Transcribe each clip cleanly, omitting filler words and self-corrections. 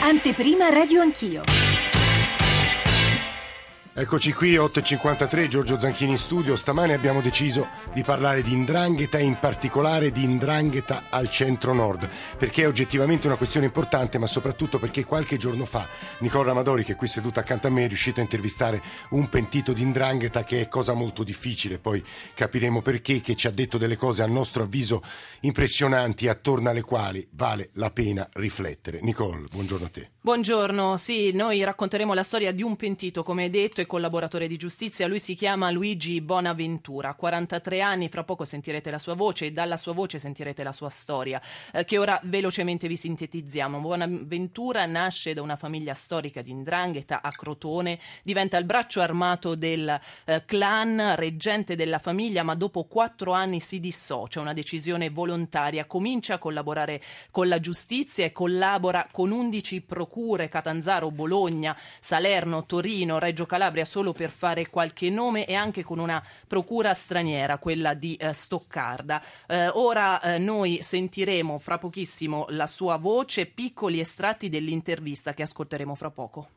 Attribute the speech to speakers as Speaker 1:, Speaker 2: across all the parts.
Speaker 1: Anteprima Radio Anch'io.
Speaker 2: Eccoci qui, 8.53, Giorgio Zanchini in studio. Stamane abbiamo deciso di parlare di 'ndrangheta e in particolare di 'ndrangheta al centro-nord, perché è oggettivamente una questione importante, ma soprattutto perché qualche giorno fa Nicola Amadori, che è qui seduto accanto a me, è riuscito a intervistare un pentito di 'ndrangheta, che è cosa molto difficile, poi capiremo perché, che ci ha detto delle cose a nostro avviso impressionanti, attorno alle quali vale la pena riflettere. Nicole, buongiorno a te.
Speaker 3: Buongiorno, sì, noi racconteremo la storia di un pentito, come hai detto, e collaboratore di giustizia. Lui si chiama Luigi Bonaventura, 43 anni, fra poco sentirete la sua voce e dalla sua voce sentirete la sua storia, che ora velocemente vi sintetizziamo. Bonaventura nasce da una famiglia storica di 'ndrangheta a Crotone, diventa il braccio armato del clan, reggente della famiglia, ma dopo 4 anni si dissocia, una decisione volontaria, comincia a collaborare con la giustizia e collabora con 11 procure, Catanzaro, Bologna, Salerno, Torino, Reggio Calabria, solo per fare qualche nome, e anche con una procura straniera, quella di Stoccarda. Ora noi sentiremo fra pochissimo la sua voce, piccoli estratti dell'intervista che ascolteremo fra poco.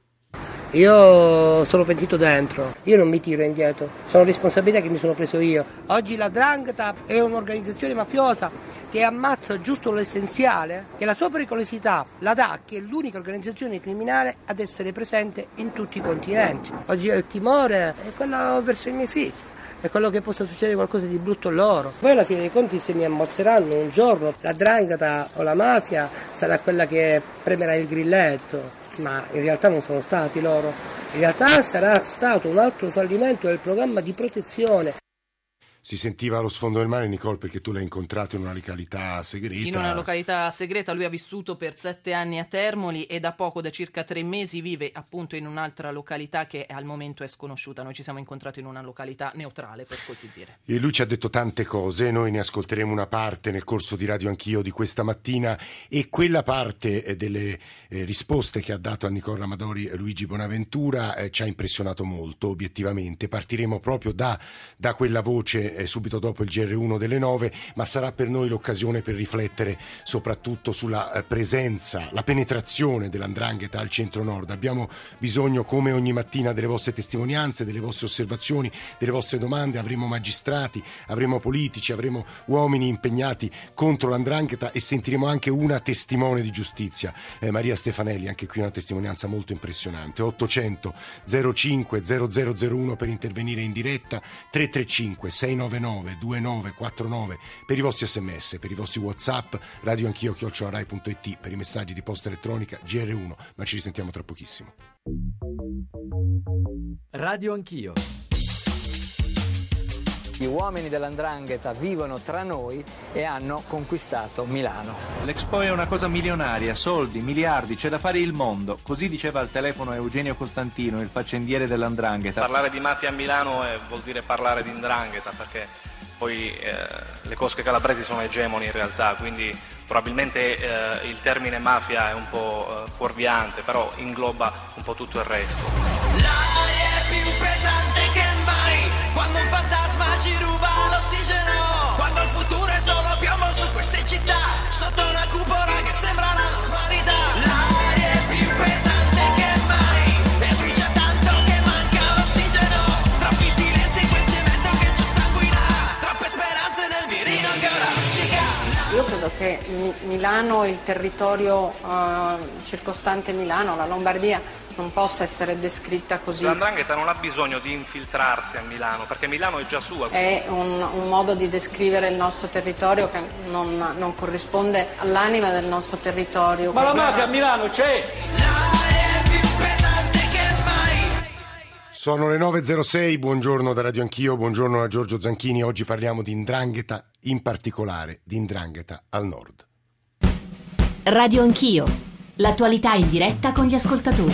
Speaker 4: Io sono pentito dentro, io non mi tiro indietro, sono responsabilità che mi sono preso io. Oggi la 'ndrangheta è un'organizzazione mafiosa che ammazza giusto l'essenziale, che la sua pericolosità la dà che è l'unica organizzazione criminale ad essere presente in tutti i continenti. Oggi il timore è quello verso i miei figli, è quello che possa succedere qualcosa di brutto loro. Poi alla fine dei conti, se mi ammozzeranno un giorno, la 'ndrangheta o la mafia sarà quella che premerà il grilletto. Ma in realtà non sono stati loro, in realtà sarà stato un altro fallimento del programma di protezione.
Speaker 2: Si sentiva allo sfondo del mare, Nicole, perché tu l'hai incontrato in una località segreta.
Speaker 3: In una località segreta, lui ha vissuto per 7 anni a Termoli e da poco, da circa 3 mesi, vive appunto in un'altra località che al momento è sconosciuta. Noi ci siamo incontrati in una località neutrale, per così dire.
Speaker 2: E lui ci ha detto tante cose, noi ne ascolteremo una parte nel corso di Radio Anch'io di questa mattina, e quella parte delle risposte che ha dato a Nicola Amadori Luigi Bonaventura ci ha impressionato molto, obiettivamente. Partiremo proprio da quella voce subito dopo il GR1 delle 9, ma sarà per noi l'occasione per riflettere soprattutto sulla presenza, la penetrazione della 'ndrangheta al centro-nord. Abbiamo bisogno, come ogni mattina, delle vostre testimonianze, delle vostre osservazioni, delle vostre domande. Avremo magistrati, avremo politici, avremo uomini impegnati contro la 'ndrangheta, e sentiremo anche una testimone di giustizia, Maria Stefanelli, anche qui una testimonianza molto impressionante. 800 05 0001 per intervenire in diretta, 335 699 2949 per i vostri sms, per i vostri WhatsApp, radioanchio@rai.it, per i messaggi di posta elettronica GR1. Ma ci risentiamo tra pochissimo.
Speaker 5: Radio Anch'io. Gli uomini della 'ndrangheta vivono tra noi e hanno conquistato Milano.
Speaker 6: L'Expo è una cosa milionaria, soldi, miliardi, c'è da fare il mondo. Così diceva al telefono Eugenio Costantino, il faccendiere della 'ndrangheta.
Speaker 7: Parlare di mafia a Milano vuol dire parlare di 'ndrangheta, perché poi le cosche calabresi sono egemoni in realtà, quindi probabilmente il termine mafia è un po' fuorviante, però ingloba un po' tutto il resto.
Speaker 8: L'aria è più pesante che mai, quando un fantasma ci ruba l'ossigeno, quando il futuro è solo piombo su queste città, sotto una cupola che sembra la normalità. L'aria è più pesante che mai e brucia tanto che manca l'ossigeno, troppi silenzi in quel cemento che già sanguina, troppe speranze nel mirino ancora luccica.
Speaker 9: Io credo che Milano, il territorio circostante Milano, la Lombardia, non possa essere descritta così.
Speaker 7: La 'ndrangheta non ha bisogno di infiltrarsi a Milano, perché Milano è già sua.
Speaker 9: È un modo di descrivere il nostro territorio che non corrisponde all'anima del nostro territorio.
Speaker 5: Ma la mafia a Milano c'è!
Speaker 2: Sono le 9.06, buongiorno da Radio Anch'io, buongiorno a Giorgio Zanchini. Oggi parliamo di 'ndrangheta, in particolare di 'ndrangheta al nord.
Speaker 1: Radio Anch'io, l'attualità in diretta con gli ascoltatori.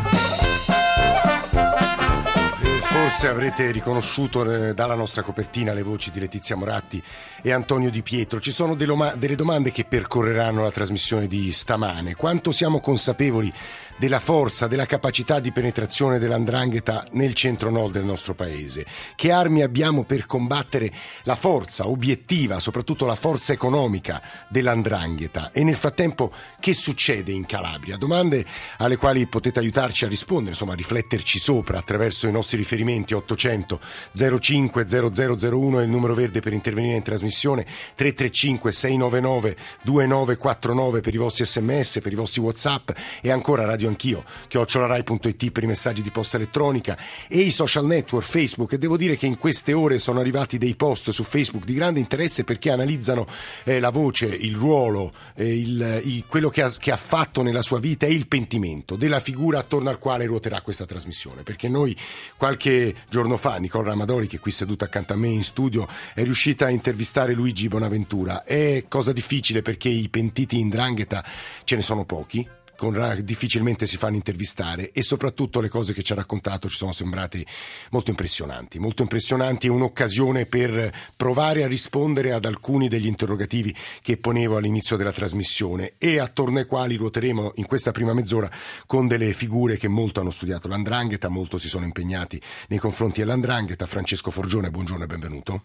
Speaker 2: Forse avrete riconosciuto dalla nostra copertina le voci di Letizia Moratti e Antonio Di Pietro. Ci sono delle domande che percorreranno la trasmissione di stamane. Quanto siamo consapevoli della forza, della capacità di penetrazione dell''ndrangheta nel centro-nord del nostro paese. Che armi abbiamo per combattere la forza obiettiva, soprattutto la forza economica dell''ndrangheta? E nel frattempo che succede in Calabria? Domande alle quali potete aiutarci a rispondere, insomma a rifletterci sopra attraverso i nostri riferimenti. 800 05 0001 è il numero verde per intervenire in trasmissione, 335 699 2949 per i vostri sms, per i vostri WhatsApp, e ancora Radio Anch'io @rai.it per i messaggi di posta elettronica e i social network Facebook. E devo dire che in queste ore sono arrivati dei post su Facebook di grande interesse, perché analizzano la voce, il ruolo, quello che ha fatto nella sua vita e il pentimento della figura attorno al quale ruoterà questa trasmissione. Perché noi qualche giorno fa, Nicola Amadori, che è qui seduta accanto a me in studio, è riuscita a intervistare Luigi Bonaventura. È cosa difficile, perché i pentiti in 'ndrangheta ce ne sono pochi, difficilmente si fanno intervistare, e soprattutto le cose che ci ha raccontato ci sono sembrate molto impressionanti, e un'occasione per provare a rispondere ad alcuni degli interrogativi che ponevo all'inizio della trasmissione, e attorno ai quali ruoteremo in questa prima mezz'ora con delle figure che molto hanno studiato l''ndrangheta, molto si sono impegnati nei confronti dell''ndrangheta. Francesco Forgione, buongiorno e benvenuto.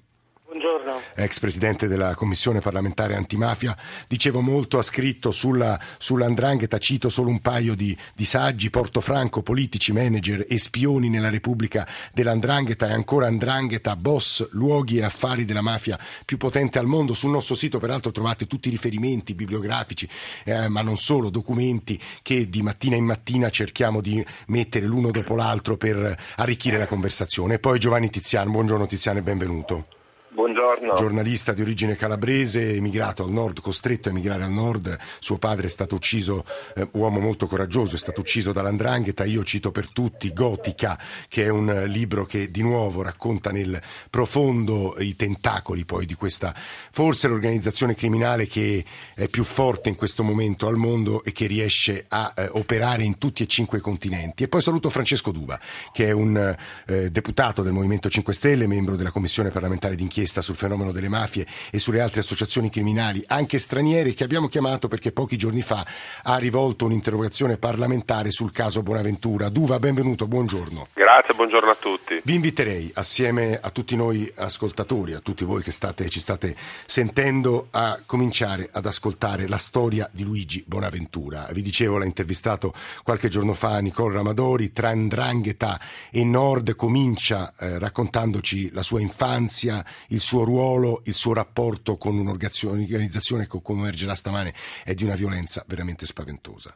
Speaker 2: Ex presidente della Commissione parlamentare antimafia, dicevo, molto ha scritto sulla 'ndrangheta. Cito solo un paio di saggi: Portofranco, politici, manager e spioni nella Repubblica della 'ndrangheta, e ancora 'ndrangheta, boss, luoghi e affari della mafia più potente al mondo. Sul nostro sito peraltro trovate tutti i riferimenti bibliografici, ma non solo, documenti che di mattina in mattina cerchiamo di mettere l'uno dopo l'altro per arricchire la conversazione. E poi Giovanni Tiziano, buongiorno Tiziano e benvenuto.
Speaker 10: Buongiorno.
Speaker 2: Giornalista di origine calabrese, emigrato al nord, costretto a emigrare al nord. Suo padre è stato ucciso, uomo molto coraggioso, è stato ucciso dall''ndrangheta. Io cito per tutti Gotica, che è un libro che di nuovo racconta nel profondo i tentacoli poi di questa, forse l'organizzazione criminale che è più forte in questo momento al mondo e che riesce a operare in tutti e 5 i continenti. E poi saluto Francesco Duva, che è un deputato del Movimento 5 Stelle, membro della Commissione parlamentare d'inchiesta sul fenomeno delle mafie e sulle altre associazioni criminali, anche straniere, che abbiamo chiamato perché pochi giorni fa ha rivolto un'interrogazione parlamentare sul caso Bonaventura. Duva, benvenuto, buongiorno.
Speaker 10: Grazie, buongiorno a tutti.
Speaker 2: Vi inviterei, assieme a tutti noi ascoltatori, a tutti voi che ci state sentendo, a cominciare ad ascoltare la storia di Luigi Bonaventura. Vi dicevo, l'ha intervistato qualche giorno fa Nicola Amadori. Tra 'ndrangheta e Nord comincia raccontandoci la sua infanzia, il suo ruolo, il suo rapporto con un'organizzazione che, come emergerà stamane, è di una violenza veramente spaventosa.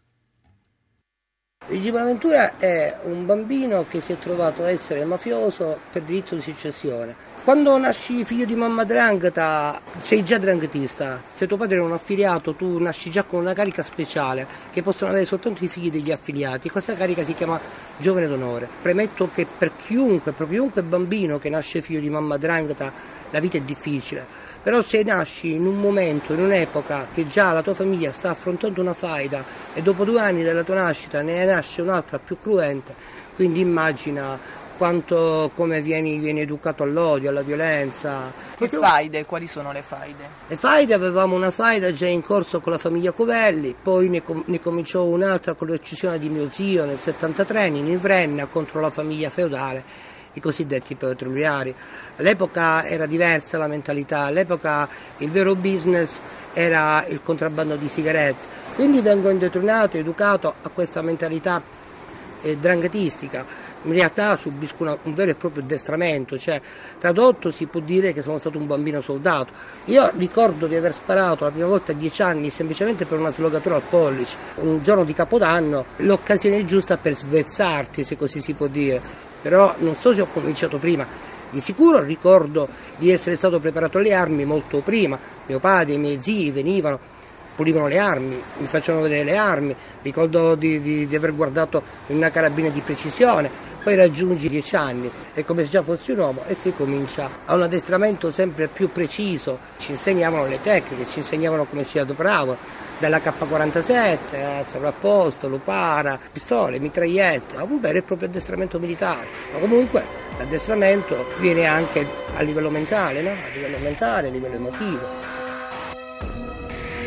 Speaker 4: Luigi Bonaventura è un bambino che si è trovato a essere mafioso per diritto di successione. Quando nasci figlio di mamma 'ndrangheta sei già 'ndranghetista. Se tuo padre è un affiliato, tu nasci già con una carica speciale che possono avere soltanto i figli degli affiliati. Questa carica si chiama giovane d'onore. Premetto che per chiunque bambino che nasce figlio di mamma 'ndrangheta la vita è difficile. Però se nasci in un momento, in un'epoca che già la tua famiglia sta affrontando una faida e dopo 2 anni dalla tua nascita ne nasce un'altra più cruente, quindi immagina come vieni educato all'odio, alla violenza.
Speaker 3: Che faide? Quali sono le faide?
Speaker 4: Le faide, avevamo una faida già in corso con la famiglia Covelli, poi ne cominciò un'altra con l'uccisione di mio zio nel 73 in Vrenna contro la famiglia feudale, i cosiddetti petrolieri. All'epoca era diversa la mentalità, all'epoca il vero business era il contrabbando di sigarette, quindi vengo indotrinato, educato a questa mentalità dranghetistica. In realtà subisco un vero e proprio addestramento, cioè tradotto si può dire che sono stato un bambino soldato. Io ricordo di aver sparato la prima volta a 10 anni semplicemente per una slogatura al pollice, un giorno di Capodanno, l'occasione giusta per svezzarti, se così si può dire, però non so se ho cominciato prima. Di sicuro ricordo di essere stato preparato alle armi molto prima, mio padre e i miei zii venivano, pulivano le armi, mi facevano vedere le armi, ricordo di aver guardato in una carabina di precisione. Poi raggiungi 10 anni, è come se già fossi un uomo e si comincia a un addestramento sempre più preciso. Ci insegnavano le tecniche, ci insegnavano come si adoperavano, dalla K47 a sovrapposto, lupara, pistole, mitragliette, un vero e proprio addestramento militare. Ma comunque l'addestramento viene anche a livello mentale, no? A livello mentale, a livello emotivo.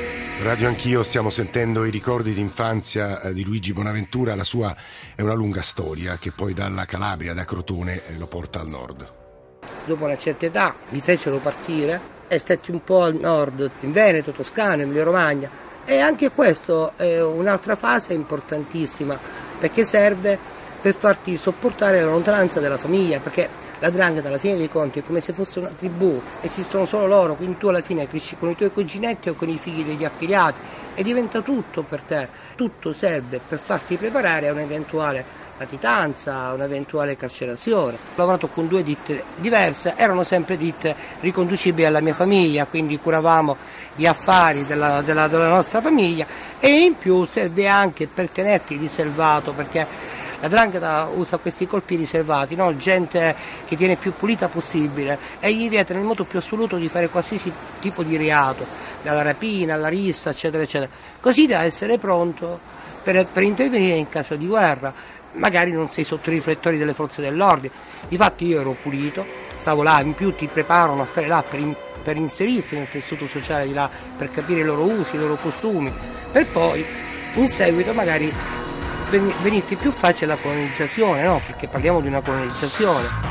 Speaker 2: Radio Anch'io, stiamo sentendo i ricordi d'infanzia di Luigi Bonaventura. La sua è una lunga storia che poi dalla Calabria, da Crotone, lo porta al nord.
Speaker 4: Dopo una certa età mi fecero partire e stetti un po' al nord, in Veneto, Toscana, Emilia Romagna, e anche questo è un'altra fase importantissima, perché serve per farti sopportare la lontananza della famiglia, perché la 'ndrangheta alla fine dei conti è come se fosse una tribù, esistono solo loro, quindi tu alla fine cresci con i tuoi cuginetti o con i figli degli affiliati e diventa tutto per te, tutto serve per farti preparare a un'eventuale latitanza, a un'eventuale carcerazione. Ho lavorato con 2 ditte diverse, erano sempre ditte riconducibili alla mia famiglia, quindi curavamo gli affari della nostra famiglia, e in più serve anche per tenerti riservato, perché la 'ndrangheta usa questi colpi riservati, no? Gente che tiene più pulita possibile e gli vieta nel modo più assoluto di fare qualsiasi tipo di reato, dalla rapina alla rissa, eccetera, eccetera, così da essere pronto per intervenire in caso di guerra. Magari non sei sotto i riflettori delle forze dell'ordine. Difatti io ero pulito, stavo là, in più ti preparano a stare là per inserirti nel tessuto sociale di là, per capire i loro usi, i loro costumi, per poi in seguito magari venirti più facile la colonizzazione, no? Perché parliamo di una colonizzazione.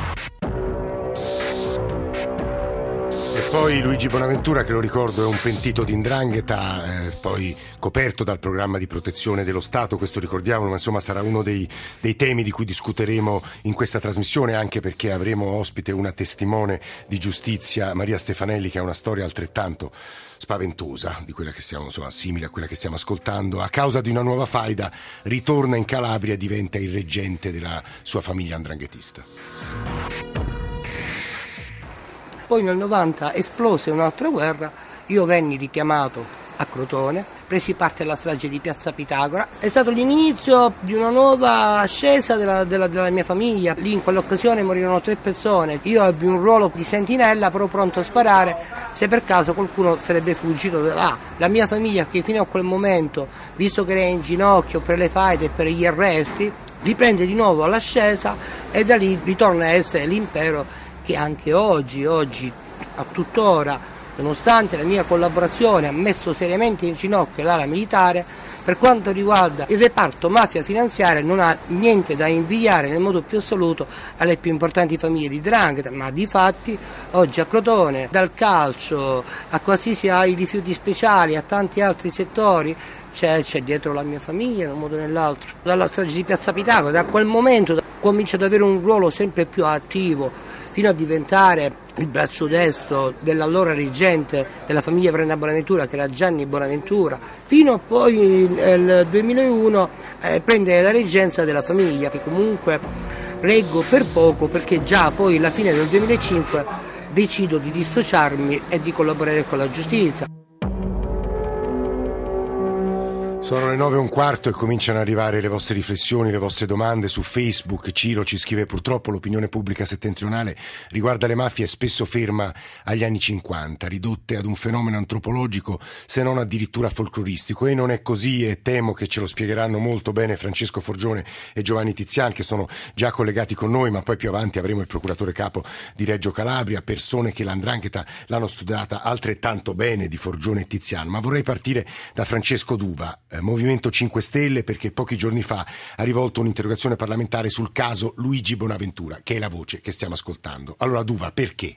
Speaker 2: E poi Luigi Bonaventura, che lo ricordo è un pentito di 'ndrangheta, poi coperto dal programma di protezione dello Stato, questo ricordiamolo, ma insomma sarà uno dei temi di cui discuteremo in questa trasmissione, anche perché avremo ospite una testimone di giustizia, Maria Stefanelli, che ha una storia altrettanto spaventosa, di quella che stiamo, insomma, simile a quella che stiamo ascoltando. A causa di una nuova faida ritorna in Calabria e diventa il reggente della sua famiglia 'ndranghetista.
Speaker 4: Poi nel 90 esplose un'altra guerra, io venni richiamato a Crotone, presi parte alla strage di Piazza Pitagora, è stato l'inizio di una nuova ascesa della mia famiglia. Lì in quell'occasione morirono 3 persone, io ebbi un ruolo di sentinella, però pronto a sparare se per caso qualcuno sarebbe fuggito da là. La mia famiglia, che fino a quel momento, visto che era in ginocchio per le faide e per gli arresti, riprende di nuovo all'ascesa e da lì ritorna a essere l'impero che anche oggi a tuttora, nonostante la mia collaborazione, ha messo seriamente in ginocchio l'ala militare. Per quanto riguarda il reparto mafia finanziaria, non ha niente da invidiare nel modo più assoluto alle più importanti famiglie di 'ndrangheta, ma di fatti oggi a Crotone, dal calcio a qualsiasi ai rifiuti speciali, a tanti altri settori, c'è dietro la mia famiglia in un modo o nell'altro. Dalla strage di Piazza Pitagora, da quel momento comincio ad avere un ruolo sempre più attivo, fino a diventare il braccio destro dell'allora reggente della famiglia Vrenna Bonaventura, che era Gianni Bonaventura, fino a poi nel 2001 prendere la reggenza della famiglia, che comunque reggo per poco, perché già poi alla fine del 2005 decido di dissociarmi e di collaborare con la giustizia.
Speaker 2: Sono le 9:15 e cominciano ad arrivare le vostre riflessioni, le vostre domande su Facebook. Ciro ci scrive: purtroppo l'opinione pubblica settentrionale riguarda le mafie è spesso ferma agli anni 50, ridotte ad un fenomeno antropologico se non addirittura folcloristico, e non è così, e temo che ce lo spiegheranno molto bene Francesco Forgione e Giovanni Tizian, che sono già collegati con noi, ma poi più avanti avremo il procuratore capo di Reggio Calabria, persone che la 'ndrangheta l'hanno studiata altrettanto bene di Forgione e Tizian. Ma vorrei partire da Francesco Duva, Movimento 5 Stelle, perché pochi giorni fa ha rivolto un'interrogazione parlamentare sul caso Luigi Bonaventura, che è la voce che stiamo ascoltando. Allora, Duva, perché?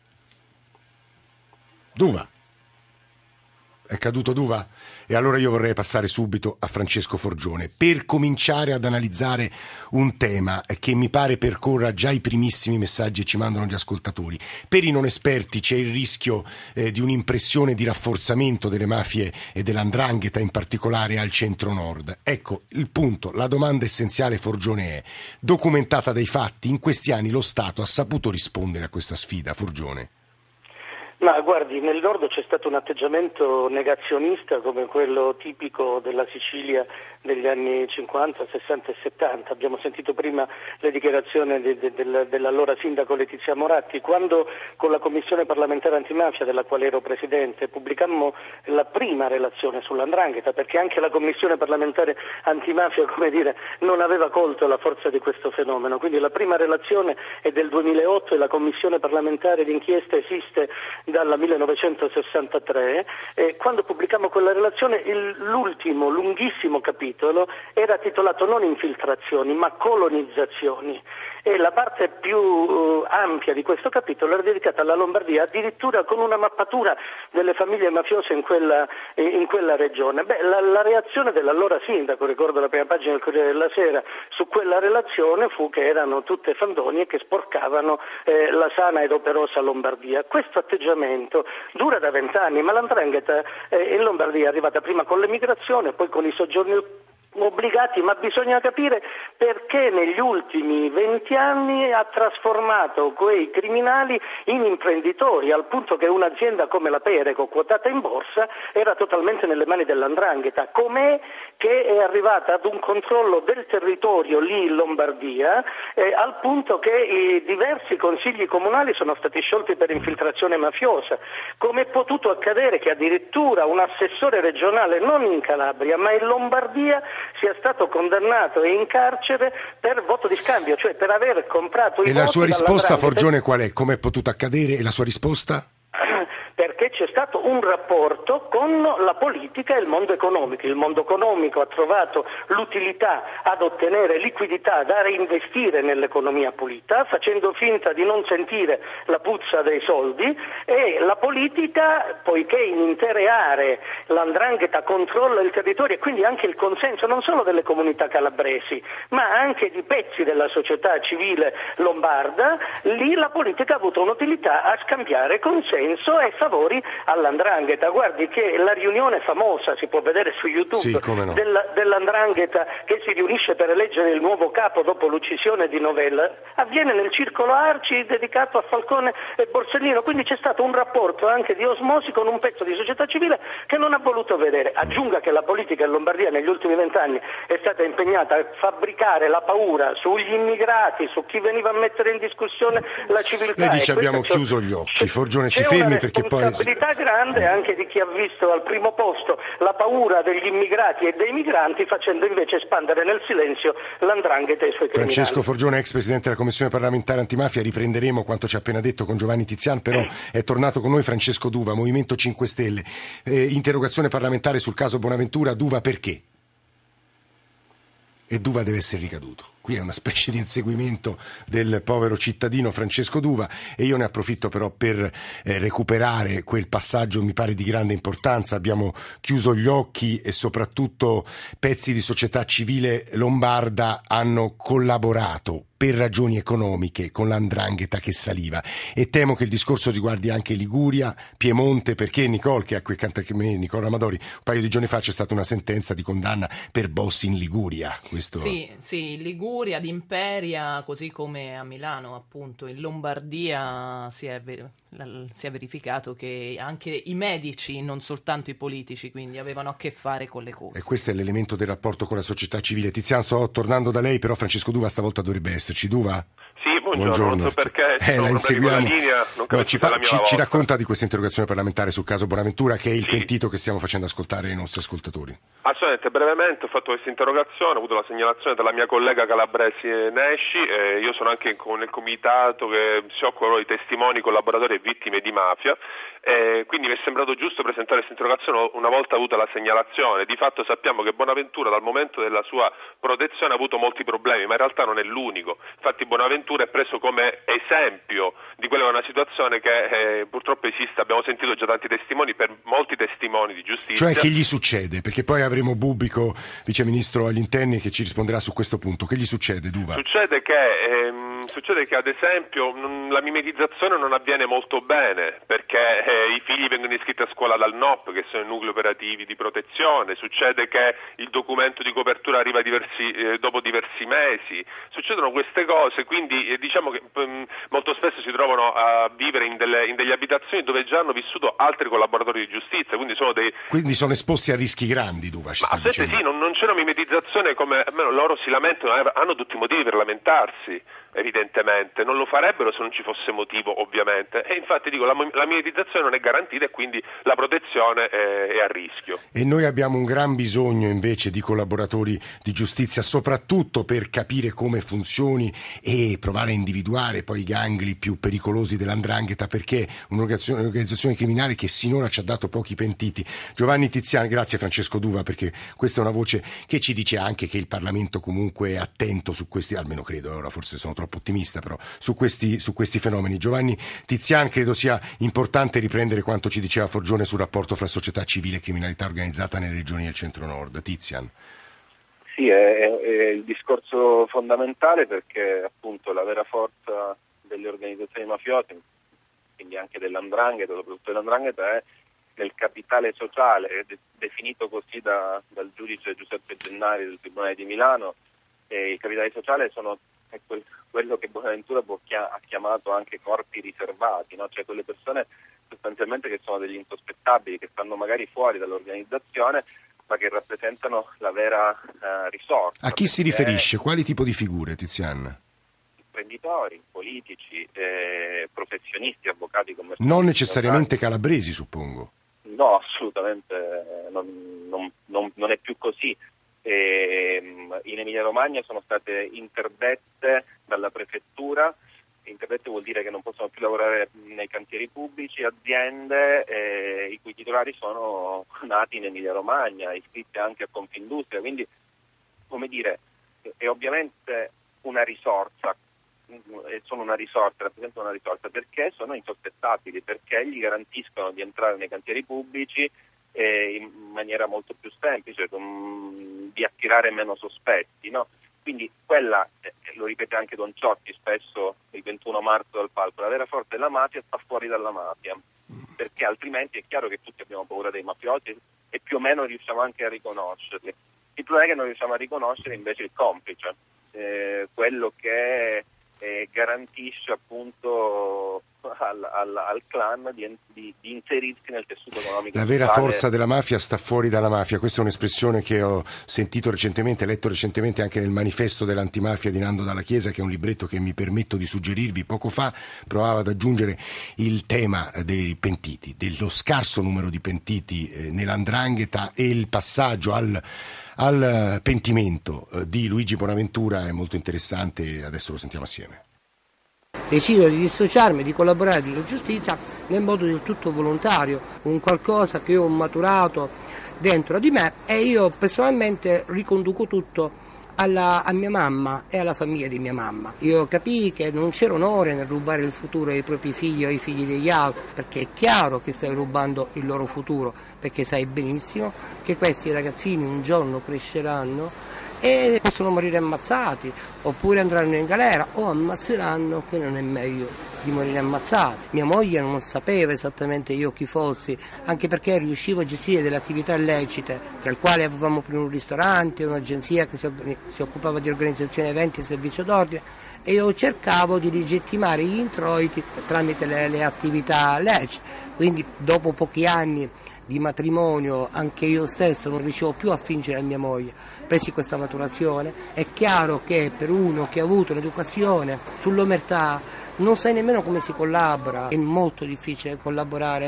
Speaker 2: Duva? È caduto Duva? E allora io vorrei passare subito a Francesco Forgione per cominciare ad analizzare un tema che mi pare percorra già i primissimi messaggi che ci mandano gli ascoltatori. Per i non esperti c'è il rischio di un'impressione di rafforzamento delle mafie e della 'ndrangheta, in particolare al centro-nord. Ecco il punto, la domanda essenziale, Forgione, è: documentata dai fatti, in questi anni lo Stato ha saputo rispondere a questa sfida, Forgione?
Speaker 11: Ma guardi, nel nord c'è stato un atteggiamento negazionista come quello tipico della Sicilia degli anni 50, 60 e 70. Abbiamo sentito prima le dichiarazioni dell'allora sindaco Letizia Moratti, quando con la Commissione parlamentare antimafia, della quale ero presidente, pubblicammo la prima relazione sulla 'ndrangheta, perché anche la Commissione parlamentare antimafia, come dire, non aveva colto la forza di questo fenomeno. Quindi la prima relazione è del 2008 e la Commissione parlamentare d'inchiesta esiste dal 1963. Quando pubblicammo quella relazione, l'ultimo lunghissimo capitolo era titolato non infiltrazioni ma colonizzazioni, e la parte più ampia di questo capitolo era dedicata alla Lombardia, addirittura con una mappatura delle famiglie mafiose in quella regione. La reazione dell'allora sindaco, ricordo la prima pagina del Corriere della Sera, su quella relazione fu che erano tutte fandonie che sporcavano la sana ed operosa Lombardia. Questo atteggiamento dura da 20 anni, ma l''ndrangheta in Lombardia è arrivata prima con l'emigrazione, poi con i soggiorni obbligati, ma bisogna capire perché negli ultimi 20 anni ha trasformato quei criminali in imprenditori, al punto che un'azienda come la Perego, quotata in borsa, era totalmente nelle mani dell''ndrangheta. Com'è che è arrivata ad un controllo del territorio lì in Lombardia, al punto che i diversi consigli comunali sono stati sciolti per infiltrazione mafiosa? Come è potuto accadere che addirittura un assessore regionale, non in Calabria ma in Lombardia, sia stato condannato e in carcere per voto di scambio, cioè per aver comprato i voti?
Speaker 2: E la sua risposta, Forgione, qual è? Come è potuto accadere? E la sua risposta?
Speaker 11: Perché c'è stato un rapporto con la politica e il mondo economico. Il mondo economico ha trovato l'utilità ad ottenere liquidità da reinvestire nell'economia pulita, facendo finta di non sentire la puzza dei soldi, e la politica, poiché in intere aree l''ndrangheta controlla il territorio e quindi anche il consenso non solo delle comunità calabresi, ma anche di pezzi della società civile lombarda, lì la politica ha avuto un'utilità a scambiare consenso e favori all''ndrangheta. Guardi che la riunione famosa, si può vedere su YouTube,
Speaker 2: sì, come no,
Speaker 11: dell''ndrangheta che si riunisce per eleggere il nuovo capo dopo l'uccisione di Novella, avviene nel circolo Arci dedicato a Falcone e Borsellino, quindi c'è stato un rapporto anche di osmosi con un pezzo di società civile che non ha voluto vedere. Aggiunga che la politica in Lombardia negli ultimi 20 anni è stata impegnata a fabbricare la paura sugli immigrati, su chi veniva a mettere in discussione la civiltà.
Speaker 2: Lei dice abbiamo chiuso gli occhi. Forgione, si fermi, perché poi
Speaker 11: c'è una responsabilità grande anche di chi ha visto al primo posto la paura degli immigrati e dei migranti, facendo invece espandere nel silenzio l''ndrangheta e i suoi criminali.
Speaker 2: Francesco Forgione, ex presidente della Commissione parlamentare antimafia. Riprenderemo quanto ci ha appena detto con Giovanni Tizian, però è tornato con noi Francesco D'Uva, Movimento 5 Stelle. Interrogazione parlamentare sul caso Bonaventura. D'Uva, perché? E D'Uva deve essere ricaduto. Qui è una specie di inseguimento del povero cittadino Francesco D'Uva, e io ne approfitto però per recuperare quel passaggio, mi pare di grande importanza. Abbiamo chiuso gli occhi e soprattutto pezzi di società civile lombarda hanno collaborato per ragioni economiche con l''ndrangheta che saliva, e temo che il discorso riguardi anche Liguria, Piemonte, perché Nicole, che ha qui accanto a me, Nicola Amadori, un paio di giorni fa c'è stata una sentenza di condanna per boss in Liguria. Questo...
Speaker 3: Sì, Liguria, ad Imperia, così come a Milano, appunto. In Lombardia si è verificato che anche i medici, non soltanto i politici, quindi avevano a che fare con le cose.
Speaker 2: E questo è l'elemento del rapporto con la società civile. Tiziano, sto tornando da lei, però Francesco D'Uva stavolta dovrebbe esserci. D'Uva?
Speaker 10: Sì, buongiorno. Non so perché
Speaker 2: la inseguiamo. Ci
Speaker 10: volta.
Speaker 2: racconta di questa interrogazione parlamentare sul caso Bonaventura, che è il pentito che stiamo facendo ascoltare ai nostri ascoltatori.
Speaker 10: Assolutamente, brevemente ho fatto questa interrogazione, ho avuto la segnalazione della mia collega calabrese Nesci, io sono anche nel comitato che si occupa di testimoni, collaboratori e vittime di mafia, quindi mi è sembrato giusto presentare questa interrogazione una volta avuta la segnalazione. Di fatto sappiamo che Bonaventura dal momento della sua protezione ha avuto molti problemi, ma in realtà non è l'unico. Infatti Bonaventura è preso come esempio di quella che è una situazione che purtroppo esiste. Abbiamo sentito già tanti testimoni, per molti testimoni di giustizia.
Speaker 2: Cioè, che gli succede? Perché poi avremo Bubbico, viceministro agli interni, che ci risponderà su questo punto. Che gli succede, D'Uva?
Speaker 10: Succede che ad esempio la mimetizzazione non avviene molto bene, perché i figli vengono iscritti a scuola dal NOP, che sono i nuclei operativi di protezione. Succede che il documento di copertura arriva dopo diversi mesi. Succedono queste cose, quindi diciamo che molto spesso si trovano a vivere in delle abitazioni dove già hanno vissuto altri collaboratori di giustizia, quindi sono
Speaker 2: esposti a rischi grandi, D'Uva, ci sta dicendo.
Speaker 10: Sì, non c'è una mimetizzazione, come almeno loro si lamentano, hanno tutti i motivi per lamentarsi, evidentemente. Non lo farebbero se non ci fosse motivo, ovviamente. E infatti dico, la mimetizzazione non è garantita e quindi la protezione è a rischio.
Speaker 2: E noi abbiamo un gran bisogno invece di collaboratori di giustizia, soprattutto per capire come funzioni e provare a individuare poi i gangli più pericolosi dell''ndrangheta, perché è un'organizzazione criminale che sinora ci ha dato pochi pentiti. Giovanni Tiziani, grazie Francesco D'Uva, perché questa è una voce che ci dice anche che il Parlamento comunque è attento su questi, almeno credo, ora forse sono troppo ottimista, però su questi fenomeni. Giovanni Tiziani, credo sia importante riprendere quanto ci diceva Forgione sul rapporto fra società civile e criminalità organizzata nelle regioni del centro-nord. Tiziani.
Speaker 12: Sì, è il discorso fondamentale, perché appunto la vera forza delle organizzazioni mafiose, quindi anche dell''ndrangheta, soprattutto dell''ndrangheta, è nel capitale sociale, definito così dal giudice Giuseppe Gennari del Tribunale di Milano. Il capitale sociale è quello che Bonaventura ha chiamato anche corpi riservati, no? Cioè quelle persone sostanzialmente che sono degli insospettabili, che stanno magari fuori dall'organizzazione, ma che rappresentano la vera risorsa.
Speaker 2: A chi si riferisce? Quali tipo di figure, Tizian?
Speaker 12: Imprenditori, politici, professionisti, avvocati, commercianti.
Speaker 2: Non necessariamente calabresi, suppongo.
Speaker 12: No, assolutamente non è più così. In Emilia Romagna sono state interdette dalla prefettura. Interdette vuol dire che non possono più lavorare nei cantieri pubblici aziende i cui titolari sono nati in Emilia Romagna, iscritte anche a Confindustria, quindi, come dire, è ovviamente una risorsa, rappresentano una risorsa perché sono insospettabili, perché gli garantiscono di entrare nei cantieri pubblici in maniera molto più semplice, di attirare meno sospetti, no? Quindi quella, lo ripete anche Don Ciotti spesso il 21 marzo dal palco, la vera forza della mafia sta fuori dalla mafia, perché altrimenti è chiaro che tutti abbiamo paura dei mafiosi e più o meno riusciamo anche a riconoscerli. Il problema è che non riusciamo a riconoscere invece il complice, quello che garantisce appunto al clan di inserirsi nel tessuto economico.
Speaker 2: La vera forza della mafia sta fuori dalla mafia. Questa è un'espressione che ho sentito recentemente, letto recentemente anche nel manifesto dell'antimafia di Nando Dalla Chiesa, che è un libretto che mi permetto di suggerirvi. Poco fa provava ad aggiungere il tema dei pentiti, dello scarso numero di pentiti nell''ndrangheta, e il passaggio al pentimento di Luigi Bonaventura è molto interessante. Adesso lo sentiamo assieme.
Speaker 4: Decido di dissociarmi, di collaborare con la giustizia nel modo del tutto volontario, un qualcosa che ho maturato dentro di me, e io personalmente riconduco tutto a mia mamma e alla famiglia di mia mamma. Io capii che non c'era onore nel rubare il futuro ai propri figli o ai figli degli altri, perché è chiaro che stai rubando il loro futuro, perché sai benissimo che questi ragazzini un giorno cresceranno e possono morire ammazzati, oppure andranno in galera o ammazzeranno, che non è meglio di morire ammazzati. Mia moglie non sapeva esattamente io chi fossi, anche perché riuscivo a gestire delle attività illecite, tra le quali avevamo prima un ristorante, un'agenzia che si occupava di organizzazione eventi e servizio d'ordine, e io cercavo di legittimare gli introiti tramite le attività lecite. Quindi dopo pochi anni di matrimonio anche io stesso non riuscivo più a fingere a mia moglie, presi questa maturazione. È chiaro che per uno che ha avuto un'educazione sull'omertà non sai nemmeno come si collabora, è molto difficile collaborare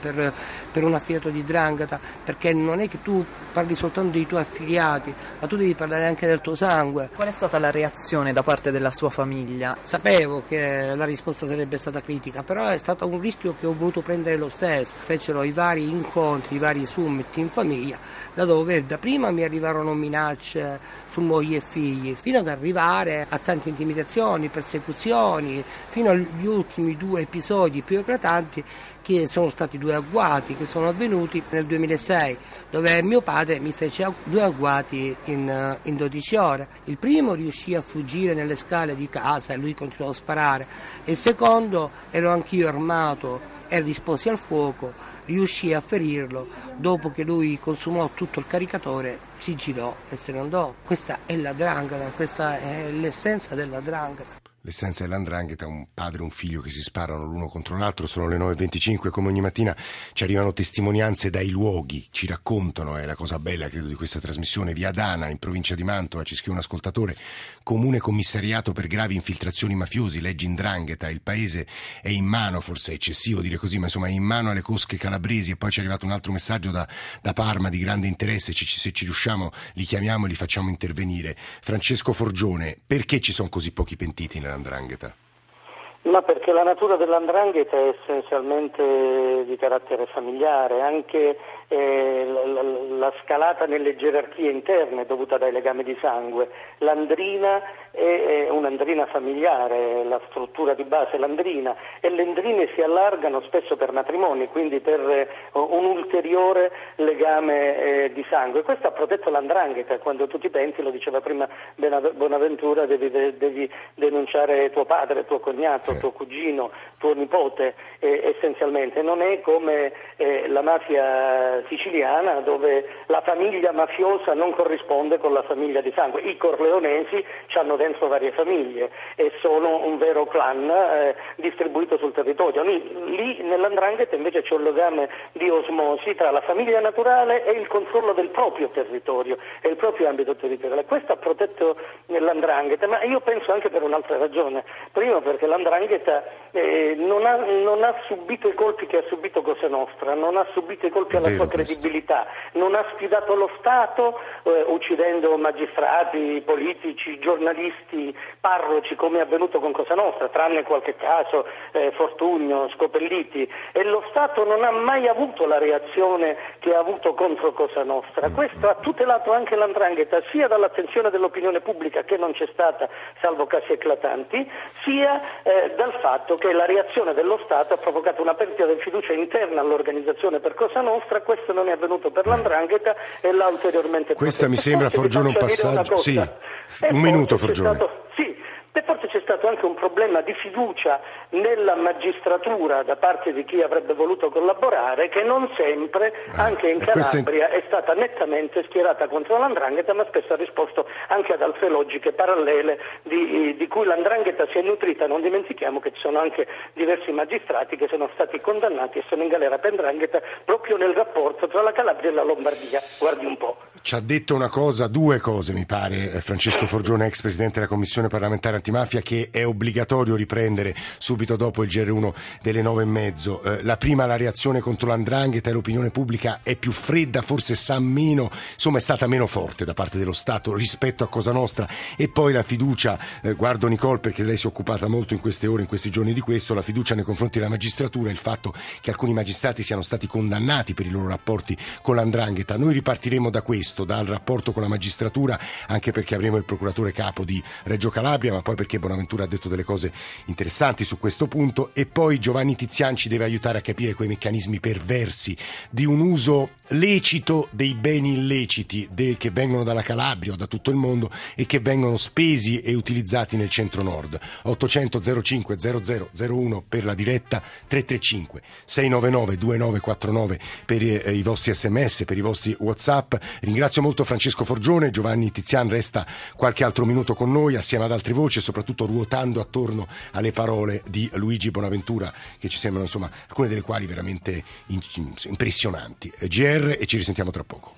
Speaker 4: per un affiliato di 'ndrangheta, perché non è che tu parli soltanto dei tuoi affiliati, ma tu devi parlare anche del tuo sangue.
Speaker 13: Qual è stata la reazione da parte della sua famiglia?
Speaker 4: Sapevo che la risposta sarebbe stata critica, però è stato un rischio che ho voluto prendere lo stesso. Fecero i vari incontri, i vari summit in famiglia, da dove da prima mi arrivarono minacce su moglie e figli, fino ad arrivare a tante intimidazioni, persecuzioni, fino agli ultimi 2 episodi più eclatanti, che sono stati 2 agguati che sono avvenuti nel 2006, dove mio padre mi fece 2 agguati in 12 ore. Il primo riuscì a fuggire nelle scale di casa e lui continuò a sparare. Il secondo, ero anch'io armato e risposi al fuoco, riuscì a ferirlo. Dopo che lui consumò tutto il caricatore, si girò e se ne andò. Questa è la 'ndrangheta, questa è l'essenza della 'ndrangheta.
Speaker 2: L'essenza dell''ndrangheta, un padre e un figlio che si sparano l'uno contro l'altro. Sono le 9.25, come ogni mattina ci arrivano testimonianze dai luoghi, ci raccontano, è la cosa bella credo di questa trasmissione. Via Adana, in provincia di Mantova, ci scrive un ascoltatore: comune commissariato per gravi infiltrazioni mafiosi, leggi 'ndrangheta, il paese è in mano, forse è eccessivo dire così, ma insomma è in mano alle cosche calabresi. E poi ci è arrivato un altro messaggio da Parma di grande interesse, se ci riusciamo li chiamiamo e li facciamo intervenire. Francesco Forgione: perché ci sono così pochi pentiti nella dell''ndrangheta?
Speaker 11: Ma perché la natura dell''ndrangheta è essenzialmente di carattere familiare, anche la scalata nelle gerarchie interne dovuta dai legami di sangue. L'andrina è un'andrina familiare, la struttura di base è l'andrina, e le andrine si allargano spesso per matrimoni, quindi per un ulteriore legame di sangue. Questo ha protetto l''ndrangheta. Quando tu ti penti, lo diceva prima Bonaventura, devi denunciare tuo padre, tuo cognato, tuo cugino, tuo nipote, essenzialmente. Non è come la mafia siciliana, dove la famiglia mafiosa non corrisponde con la famiglia di sangue. I corleonesi hanno dentro varie famiglie e sono un vero clan distribuito sul territorio. Lì nell''ndrangheta invece c'è un legame di osmosi tra la famiglia naturale e il controllo del proprio territorio e il proprio ambito territoriale. Questo ha protetto l''ndrangheta, ma io penso anche per un'altra ragione. Primo, perché l''ndrangheta non ha subito i colpi che ha subito Cosa Nostra, non ha subito i colpi alla sua credibilità, non ha sfidato lo Stato uccidendo magistrati, politici, giornalisti, parroci, come è avvenuto con Cosa Nostra, tranne qualche caso, Fortugno, Scopelliti, e lo Stato non ha mai avuto la reazione che ha avuto contro Cosa Nostra. Questo ha tutelato anche l''ndrangheta, sia dall'attenzione dell'opinione pubblica, che non c'è stata salvo casi eclatanti, sia dal fatto che la reazione dello Stato ha provocato una perdita di fiducia interna all'organizzazione per Cosa Nostra. Questo non è avvenuto per l''ndrangheta e l'ha ulteriormente
Speaker 2: Questa mi sembra, Forgione, un passaggio. Sì, un minuto, Forgione.
Speaker 11: E forse c'è stato anche un problema di fiducia nella magistratura da parte di chi avrebbe voluto collaborare, che non sempre, anche in Calabria, è stata nettamente schierata contro l''ndrangheta, ma spesso ha risposto anche ad altre logiche parallele di cui l''ndrangheta si è nutrita. Non dimentichiamo che ci sono anche diversi magistrati che sono stati condannati e sono in galera per 'ndrangheta proprio nel rapporto tra la Calabria e la Lombardia. Guardi un po'.
Speaker 2: Ci ha detto due cose mi pare, Francesco Forgione, ex presidente della Commissione parlamentare antimafia, che è obbligatorio riprendere subito dopo il GR1 delle 9:30. La prima, la reazione contro l''ndrangheta, e l'opinione pubblica è più fredda, forse sa meno, insomma è stata meno forte da parte dello Stato rispetto a Cosa Nostra. E poi la fiducia, guardo Nicole perché lei si è occupata molto in queste ore, in questi giorni di questo, la fiducia nei confronti della magistratura, il fatto che alcuni magistrati siano stati condannati per i loro rapporti con l''ndrangheta. Noi ripartiremo da questo, dal rapporto con la magistratura, anche perché avremo il procuratore capo di Reggio Calabria, ma poi perché Bonaventura ha detto delle cose interessanti su questo punto, e poi Giovanni Tizian ci deve aiutare a capire quei meccanismi perversi di un uso lecito dei beni illeciti che vengono dalla Calabria o da tutto il mondo e che vengono spesi e utilizzati nel centro-nord. 800 05 0001 per la diretta, 335 699 2949 per i vostri sms, per i vostri WhatsApp. Ringrazio molto Francesco Forgione. Giovanni Tizian resta qualche altro minuto con noi assieme ad altre voci, e soprattutto ruotando attorno alle parole di Luigi Bonaventura, che ci sembrano, insomma, alcune delle quali veramente impressionanti. GR, e ci risentiamo tra poco.